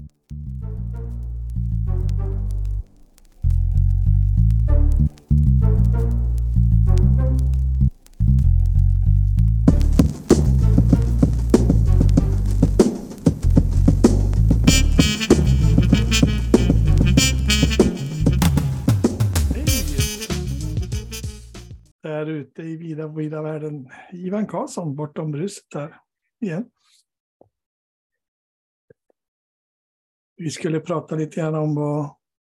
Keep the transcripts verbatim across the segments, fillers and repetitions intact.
Där ute i vida, vida världen. Ivan Karlsson bortom bruset där igen. Vi skulle prata lite grann om vad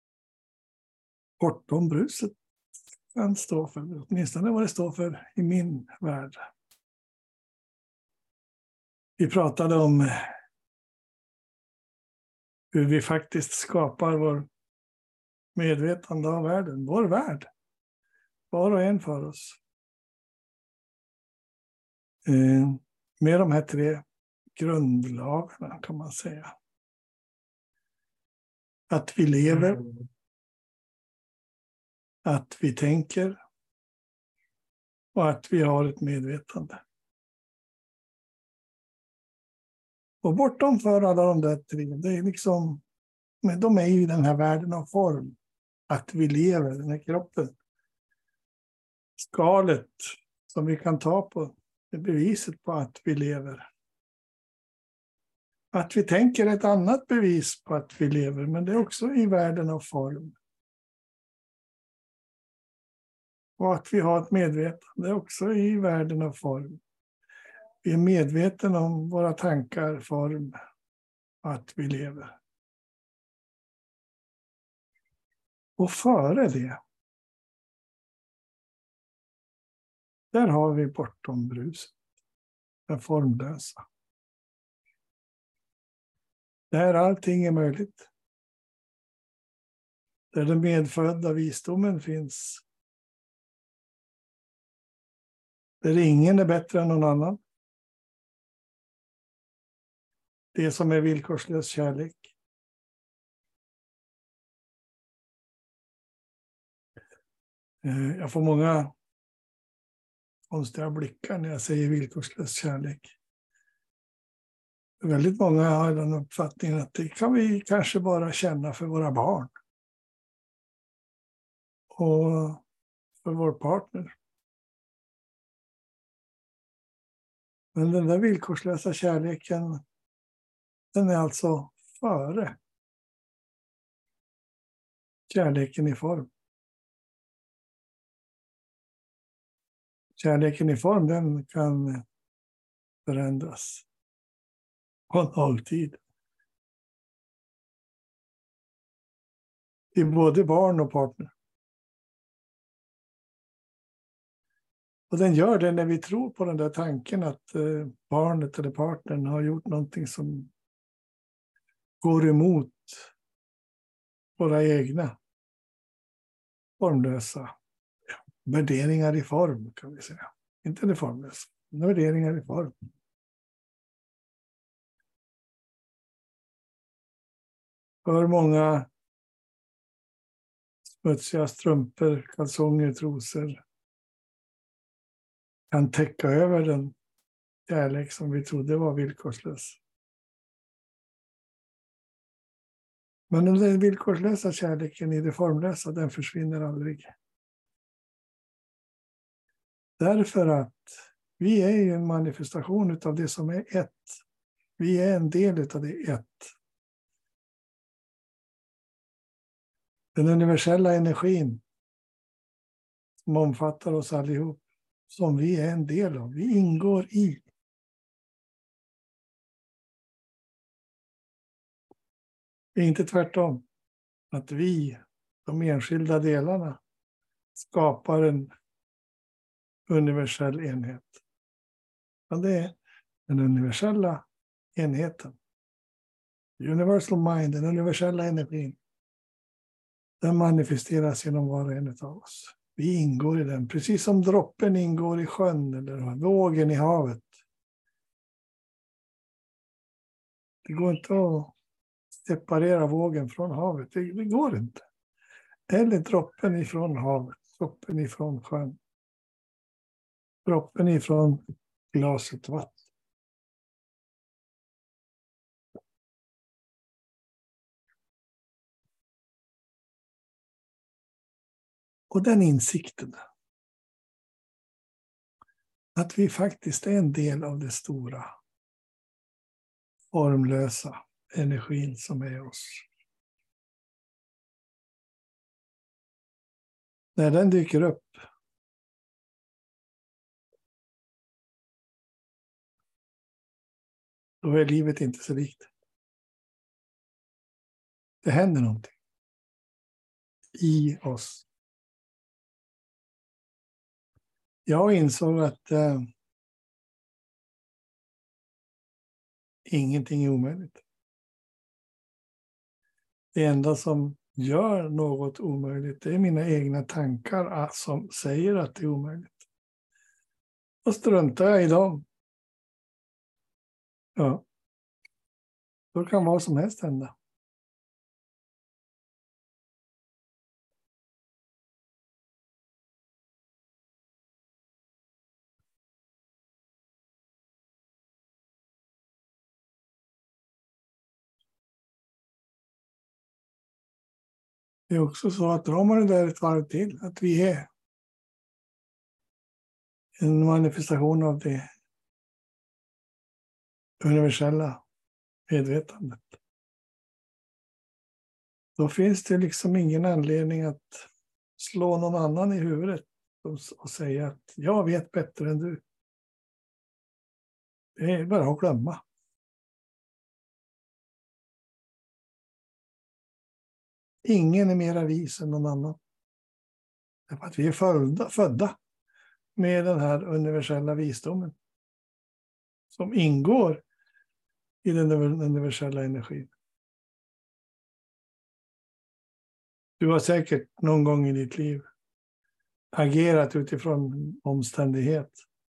bortom bruset kan stå för. Åtminstone vad det står för i min värld. Vi pratade om hur vi faktiskt skapar vår medvetande av världen. Vår värld. Var och en för oss. Eh, med de här tre grundlagarna kan man säga. Att vi lever. Att vi tänker. Och att vi har ett medvetande. Och bortom för alla de där tre. Det är liksom. Men de är ju i den här världen av form. Att vi lever. Den här kroppen. Skalet som vi kan ta på. Det är beviset på att vi lever. Att vi tänker ett annat bevis på att vi lever. Men det är också i världen av form. Och att vi har ett medvetande också i världen av form. Vi är medvetna om våra tankar, form, att vi lever. Och före det. Där har vi bortom bruset. Den formlösa. Där allting är möjligt. Där den medfödda visdomen finns. Där ingen är bättre än någon annan. Det som är villkorslös kärlek. Jag får många konstiga blickar när jag säger villkorslös kärlek. Väldigt många har den uppfattningen att det kan vi kanske bara känna för våra barn. Och för vår partner. Men den där villkorslösa kärleken, den är alltså före kärleken i form. Kärleken i form, den kan förändras på nolltid. I både barn och partner. Och den gör det när vi tror på den där tanken att barnet eller partnern har gjort någonting som går emot våra egna formlösa värderingar i form, kan vi säga. Inte det formlösa, men värderingar i form. För många smutsiga strumpor, kalsonger, trosor kan täcka över den kärlek som vi trodde var villkorslös. Men den villkorslösa kärleken i det formlösa, den försvinner aldrig. Därför att vi är ju en manifestation av det som är ett. Vi är en del av det ett. Den universella energin som omfattar oss allihop. Som vi är en del av. Vi ingår i. Det är inte tvärtom. Att vi, de enskilda delarna, skapar en universell enhet. Ja, det är den universella enheten. Universal mind, den universella energin. Den manifesteras genom var och en av oss. Vi ingår i den, precis som droppen ingår i sjön eller vågen i havet. Det går inte att separera vågen från havet. Det, det går inte. Eller droppen ifrån havet, droppen ifrån sjön. Droppen ifrån glaset vatten. Och den insikten, att vi faktiskt är en del av det stora, formlösa energin som är oss. När den dyker upp, då är livet inte så likt. Det händer någonting i oss. Jag insåg att eh, ingenting är omöjligt. Det enda som gör något omöjligt, det är mina egna tankar som säger att det är omöjligt. Och struntar jag i dem, ja, då kan vad som helst hända. Det är också så att drar man det där ett varv till, att vi är en manifestation av det universella medvetandet. Då finns det liksom ingen anledning att slå någon annan i huvudet och säga att jag vet bättre än du. Det är bara att glömma. Ingen är mera vis än någon annan. Därför att vi är födda, födda med den här universella visdomen som ingår i den universella energin. Du har säkert någon gång i ditt liv agerat utifrån omständighet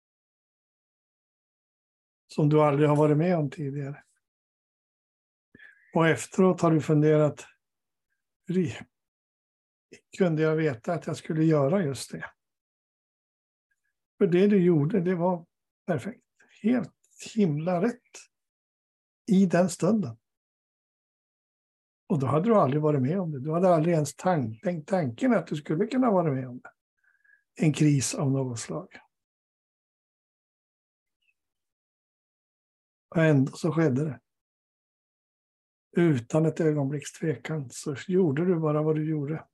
som du aldrig har varit med om tidigare. Och efteråt har du funderat, hur kunde jag veta att jag skulle göra just det? För det du gjorde, det var perfekt. Helt himla rätt i den stunden. Och då hade du aldrig varit med om det. Du hade aldrig ens tank, tänkt tanken att du skulle kunna vara med om det. En kris av något slag. Och ändå så skedde det. Utan ett ögonblicks tvekan så gjorde du bara vad du gjorde.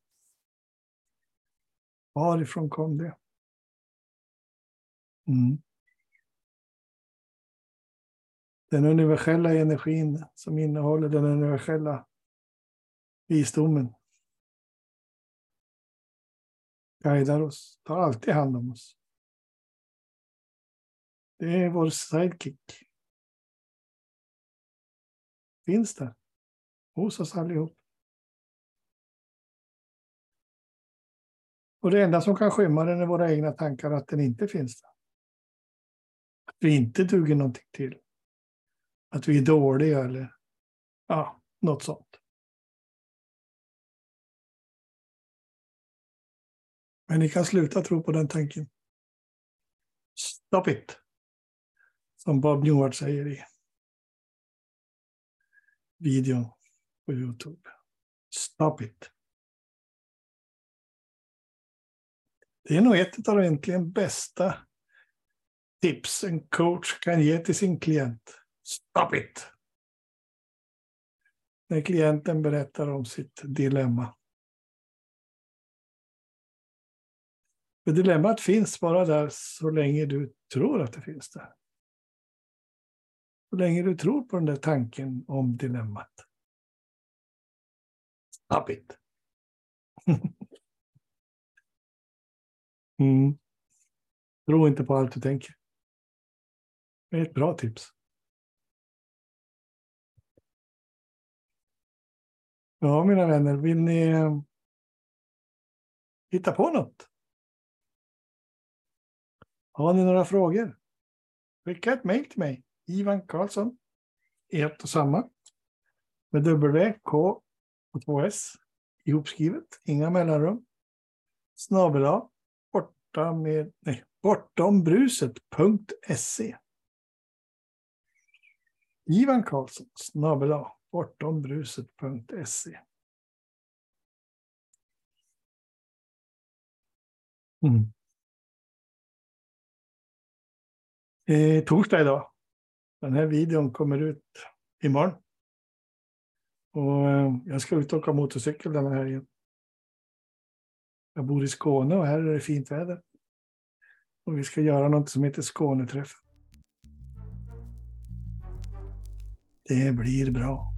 Varifrån kom det? Mm. Den universella energin som innehåller den universella visdomen guidar oss, tar alltid hand om oss. Det är vår sidekick. Finns där hos oss allihop. Och det enda som kan skymma den är våra egna tankar att den inte finns där. Att vi inte duger någonting till. Att vi är dåliga eller ja, något sånt. Men ni kan sluta tro på den tanken. Stop it. Som Bob Newhart säger i videon på YouTube. Stop it. Det är nog ett av de egentligen bästa tips en coach kan ge till sin klient. Stop it. När klienten berättar om sitt dilemma. För dilemmat finns bara där så länge du tror att det finns där. Så länge du tror på den där tanken om dilemmat. Stop it. mm. Tro inte på allt du tänker. Det är ett bra tips. Ja, mina vänner, vill ni hitta på något? Har ni några frågor? Skicka ett mejl till mig. Ivan Karlsson. Ett och samma. Med W, K och två S. Ihopskrivet. Inga mellanrum. Snabel-a. Borta med, nej, bortombruset punkt se. Ivan Karlsson. Snabel-a. bortombruset punkt se. Mm. Det är torsdag idag. Den här videon kommer ut imorgon. Och eh, jag ska ut och åka motorcykel den här helgen. Jag bor i Skåne och här är det fint väder. Och vi ska göra något som heter Skåneträff. Det blir bra.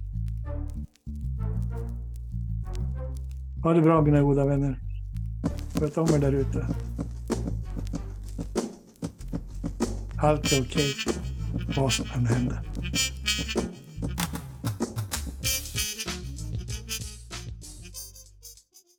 Ha det bra mina goda vänner. Sköt om er där ute. Allt är okej. Vad som än händer.